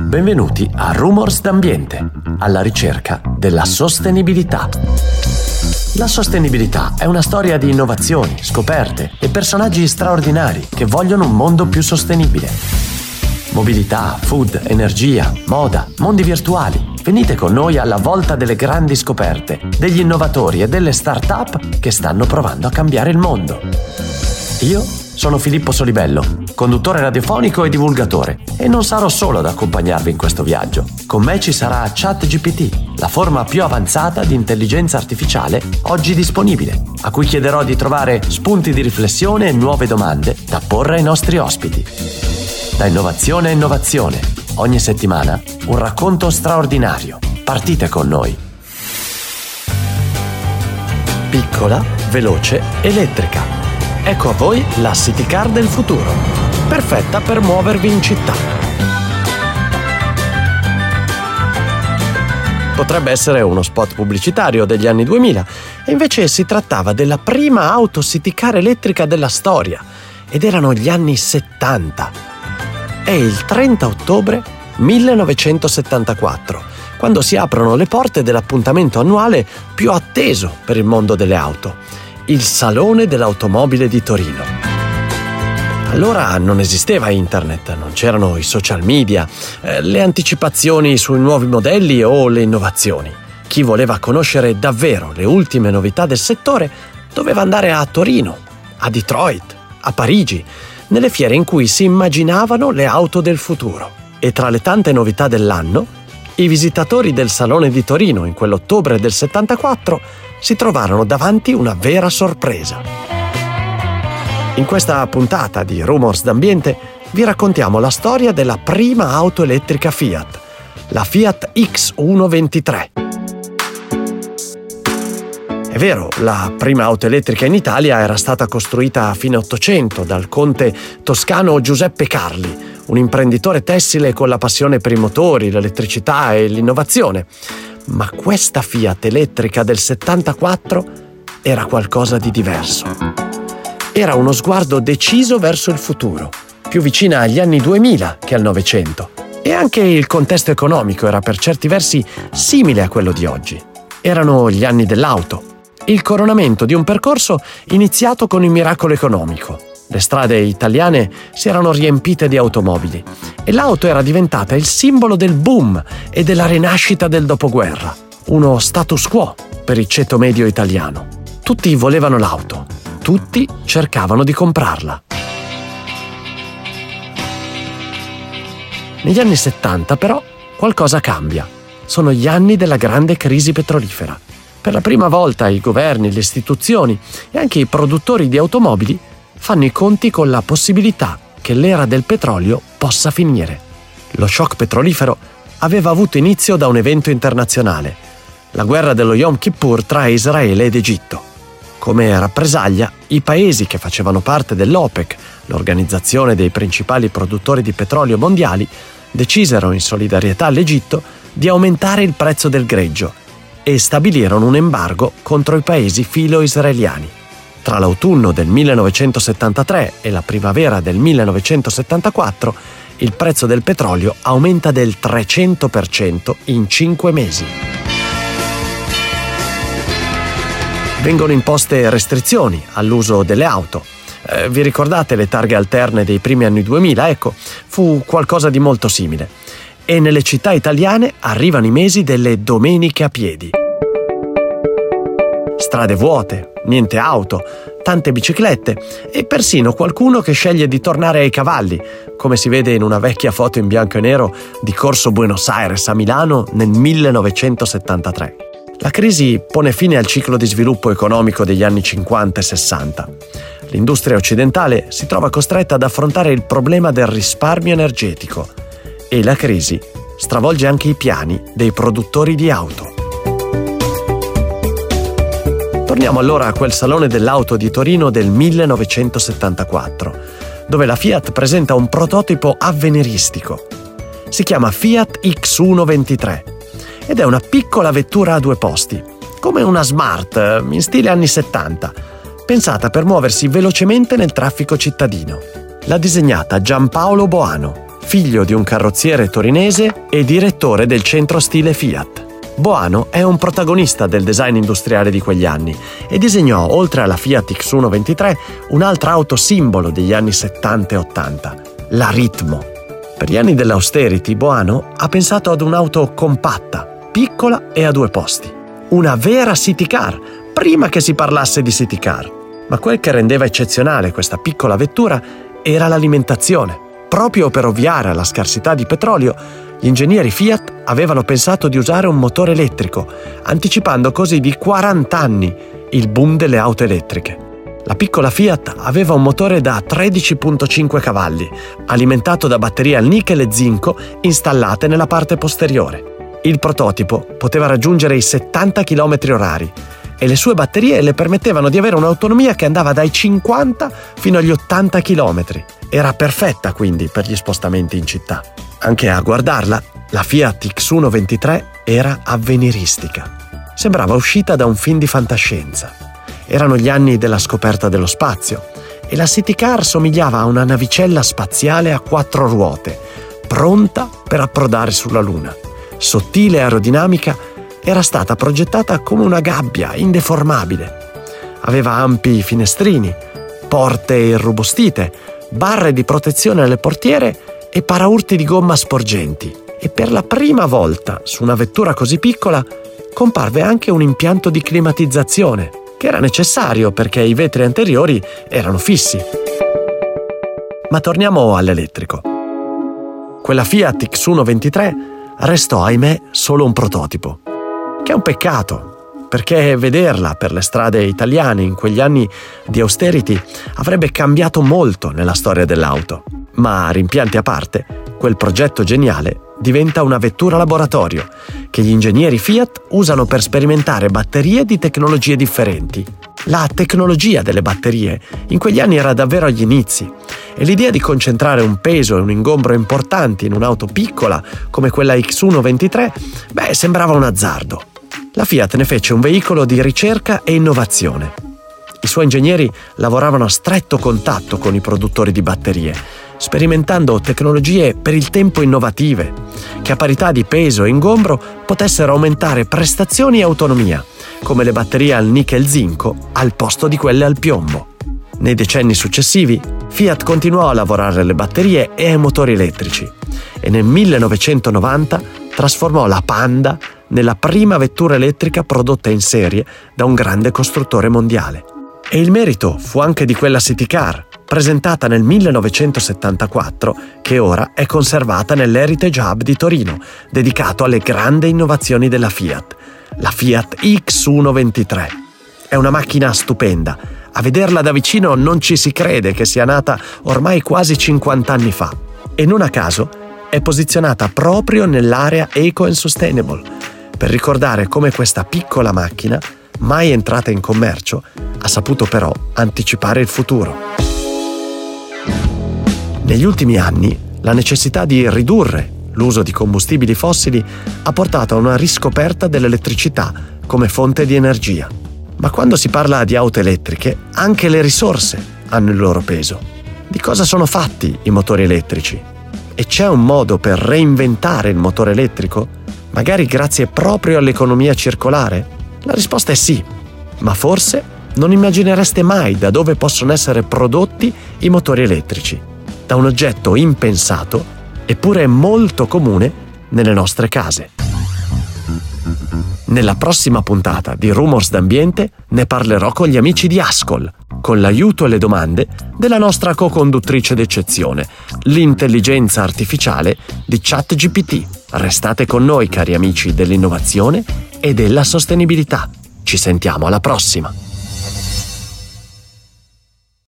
Benvenuti a Rumors d'Ambiente, alla ricerca della sostenibilità. La sostenibilità è una storia di innovazioni, scoperte e personaggi straordinari che vogliono un mondo più sostenibile. Mobilità, food, energia, moda, mondi virtuali. Venite con noi alla volta delle grandi scoperte, degli innovatori e delle start-up che stanno provando a cambiare il mondo. Io sono Filippo Solibello, conduttore radiofonico e divulgatore, e non sarò solo ad accompagnarvi in questo viaggio. Con me ci sarà ChatGPT, la forma più avanzata di intelligenza artificiale oggi disponibile, a cui chiederò di trovare spunti di riflessione e nuove domande da porre ai nostri ospiti. Da innovazione a innovazione, ogni settimana un racconto straordinario. Partite con noi. Piccola, veloce, elettrica. Ecco a voi la City Car del futuro, perfetta per muovervi in città. Potrebbe essere uno spot pubblicitario degli anni 2000, e invece si trattava della prima auto City Car elettrica della storia, ed erano gli anni 70. È il 30 ottobre 1974, quando si aprono le porte dell'appuntamento annuale più atteso per il mondo delle auto, il Salone dell'Automobile di Torino. Allora non esisteva internet, non c'erano i social media, le anticipazioni sui nuovi modelli o le innovazioni. Chi voleva conoscere davvero le ultime novità del settore doveva andare a Torino, a Detroit, a Parigi, nelle fiere in cui si immaginavano le auto del futuro. E tra le tante novità dell'anno, i visitatori del Salone di Torino in quell'ottobre del 74 si trovarono davanti una vera sorpresa. In questa puntata di Rumors d'Ambiente vi raccontiamo la storia della prima auto elettrica Fiat, la Fiat X123. È vero, la prima auto elettrica in Italia era stata costruita a fine Ottocento dal conte toscano Giuseppe Carli, un imprenditore tessile con la passione per i motori, l'elettricità e l'innovazione. Ma questa Fiat elettrica del 74 era qualcosa di diverso. Era uno sguardo deciso verso il futuro, più vicina agli anni 2000 che al Novecento. E anche il contesto economico era per certi versi simile a quello di oggi. Erano gli anni dell'auto, il coronamento di un percorso iniziato con il miracolo economico. Le strade italiane si erano riempite di automobili e l'auto era diventata il simbolo del boom e della rinascita del dopoguerra, uno status quo per il ceto medio italiano. Tutti volevano l'auto, tutti cercavano di comprarla. Negli anni 70 però qualcosa cambia. Sono gli anni della grande crisi petrolifera. Per la prima volta i governi, le istituzioni e anche i produttori di automobili fanno i conti con la possibilità che l'era del petrolio possa finire. Lo shock petrolifero aveva avuto inizio da un evento internazionale, la guerra dello Yom Kippur tra Israele ed Egitto. Come rappresaglia, i paesi che facevano parte dell'OPEC, l'organizzazione dei principali produttori di petrolio mondiali, decisero in solidarietà all'Egitto di aumentare il prezzo del greggio e stabilirono un embargo contro i paesi filo-israeliani. Tra l'autunno del 1973 e la primavera del 1974, il prezzo del petrolio aumenta del 300% in 5 mesi. Vengono imposte restrizioni all'uso delle auto. Vi ricordate le targhe alterne dei primi anni 2000? Ecco, fu qualcosa di molto simile. E nelle città italiane arrivano i mesi delle domeniche a piedi. Strade vuote, niente auto, tante biciclette e persino qualcuno che sceglie di tornare ai cavalli, come si vede in una vecchia foto in bianco e nero di Corso Buenos Aires a Milano nel 1973. La crisi pone fine al ciclo di sviluppo economico degli anni 50 e 60. L'industria occidentale si trova costretta ad affrontare il problema del risparmio energetico e la crisi stravolge anche i piani dei produttori di auto. Torniamo allora a quel Salone dell'Auto di Torino del 1974, dove la Fiat presenta un prototipo avveniristico. Si chiama Fiat X123 ed è una piccola vettura a 2 posti, come una Smart in stile anni 70, pensata per muoversi velocemente nel traffico cittadino. L'ha disegnata Giampaolo Boano, figlio di un carrozziere torinese e direttore del centro stile Fiat. Boano è un protagonista del design industriale di quegli anni e disegnò, oltre alla Fiat X123, un'altra auto simbolo degli anni 70 e 80, la Ritmo. Per gli anni dell'austerity, Boano ha pensato ad un'auto compatta, piccola e a 2 posti. Una vera city car, prima che si parlasse di city car. Ma quel che rendeva eccezionale questa piccola vettura era l'alimentazione. Proprio per ovviare alla scarsità di petrolio, gli ingegneri Fiat avevano pensato di usare un motore elettrico, anticipando così di 40 anni il boom delle auto elettriche. La piccola Fiat aveva un motore da 13,5 cavalli, alimentato da batterie al nichel e zinco installate nella parte posteriore. Il prototipo poteva raggiungere i 70 km/h e le sue batterie le permettevano di avere un'autonomia che andava dai 50 fino agli 80 km. Era perfetta quindi per gli spostamenti in città. Anche a guardarla, la Fiat X123 era avveniristica. Sembrava uscita da un film di fantascienza. Erano gli anni della scoperta dello spazio e la city car somigliava a una navicella spaziale a 4 ruote, pronta per approdare sulla Luna. Sottile e aerodinamica, era stata progettata come una gabbia indeformabile. Aveva ampi finestrini, porte irrobustite, barre di protezione alle portiere e paraurti di gomma sporgenti. E per la prima volta su una vettura così piccola comparve anche un impianto di climatizzazione, che era necessario perché i vetri anteriori erano fissi. Ma torniamo all'elettrico. Quella Fiat X123 restò, ahimè, solo un prototipo. Che è un peccato, perché vederla per le strade italiane in quegli anni di austerity avrebbe cambiato molto nella storia dell'auto. Ma rimpianti a parte, quel progetto geniale diventa una vettura laboratorio che gli ingegneri Fiat usano per sperimentare batterie di tecnologie differenti. La tecnologia delle batterie in quegli anni era davvero agli inizi e l'idea di concentrare un peso e un ingombro importanti in un'auto piccola come quella X123, sembrava un azzardo. La Fiat ne fece un veicolo di ricerca e innovazione. I suoi ingegneri lavoravano a stretto contatto con i produttori di batterie, sperimentando tecnologie per il tempo innovative, che a parità di peso e ingombro potessero aumentare prestazioni e autonomia, come le batterie al nichel-zinco al posto di quelle al piombo. Nei decenni successivi, Fiat continuò a lavorare alle batterie e ai motori elettrici e nel 1990 trasformò la Panda nella prima vettura elettrica prodotta in serie da un grande costruttore mondiale. E il merito fu anche di quella city car, presentata nel 1974, che ora è conservata nell'Heritage Hub di Torino, dedicato alle grandi innovazioni della Fiat, la Fiat X123. È una macchina stupenda. A vederla da vicino non ci si crede che sia nata ormai quasi 50 anni fa. E non a caso è posizionata proprio nell'area Eco and Sustainable, per ricordare come questa piccola macchina, mai entrata in commercio, ha saputo però anticipare il futuro. Negli ultimi anni, la necessità di ridurre l'uso di combustibili fossili ha portato a una riscoperta dell'elettricità come fonte di energia. Ma quando si parla di auto elettriche, anche le risorse hanno il loro peso. Di cosa sono fatti i motori elettrici? E c'è un modo per reinventare il motore elettrico? Magari grazie proprio all'economia circolare? La risposta è sì, ma forse non immaginereste mai da dove possono essere prodotti i motori elettrici. Da un oggetto impensato, eppure molto comune nelle nostre case. Nella prossima puntata di Rumors d'Ambiente ne parlerò con gli amici di Ascol, con l'aiuto e le domande della nostra co-conduttrice d'eccezione, l'intelligenza artificiale di ChatGPT. Restate con noi, cari amici dell'innovazione e della sostenibilità. Ci sentiamo alla prossima!